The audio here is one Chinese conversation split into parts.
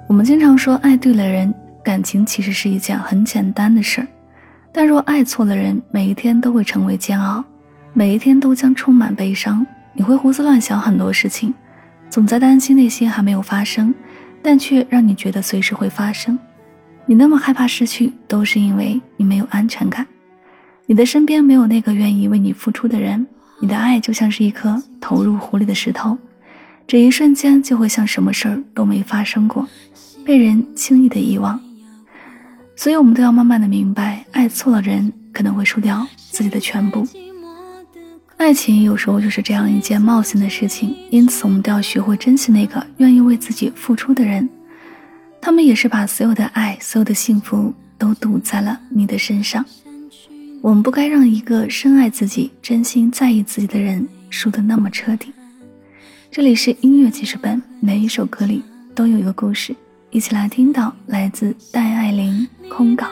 我们经常说爱对了人，感情其实是一件很简单的事儿，但若爱错了人，每一天都会成为煎熬，每一天都将充满悲伤。你会胡思乱想很多事情，总在担心那些还没有发生，但却让你觉得随时会发生。你那么害怕失去，都是因为你没有安全感。你的身边没有那个愿意为你付出的人，你的爱就像是一颗投入湖里的石头，这一瞬间就会像什么事儿都没发生过，被人轻易的遗忘。所以我们都要慢慢的明白，爱错了人可能会输掉自己的全部。爱情有时候就是这样一件冒险的事情，因此我们都要学会珍惜那个愿意为自己付出的人，他们也是把所有的爱，所有的幸福都赌在了你的身上。我们不该让一个深爱自己、真心在意自己的人输得那么彻底。这里是音乐记事本，每一首歌里都有一个故事，一起来听到来自戴爱玲《空港》。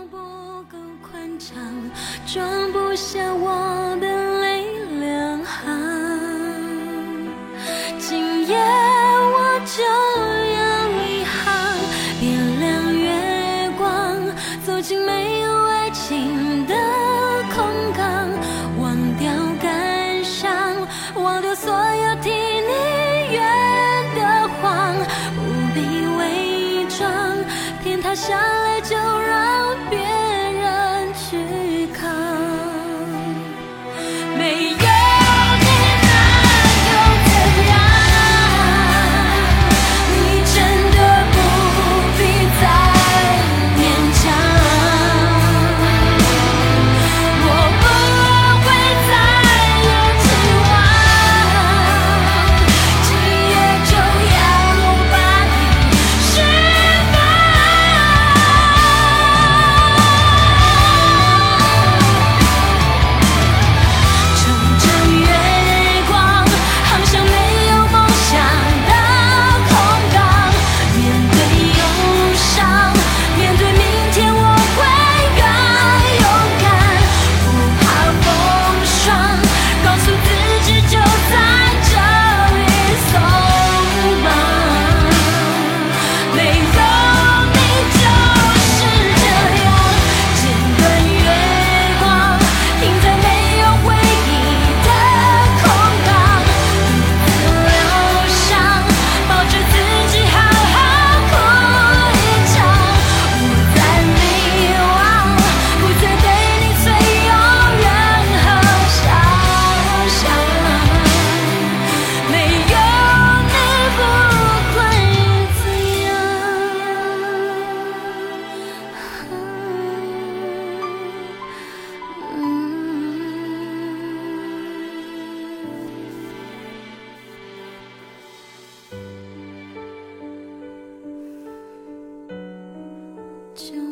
装不下我的泪两行，今夜我就要离航，点亮月光，走进没有爱情的空港，忘掉感伤，忘掉所有替你圆的谎，不必伪装，天塌下来就让别人去扛。没有你那又怎样？你真的不必再勉强，我不会再有期望，今夜就要把你释就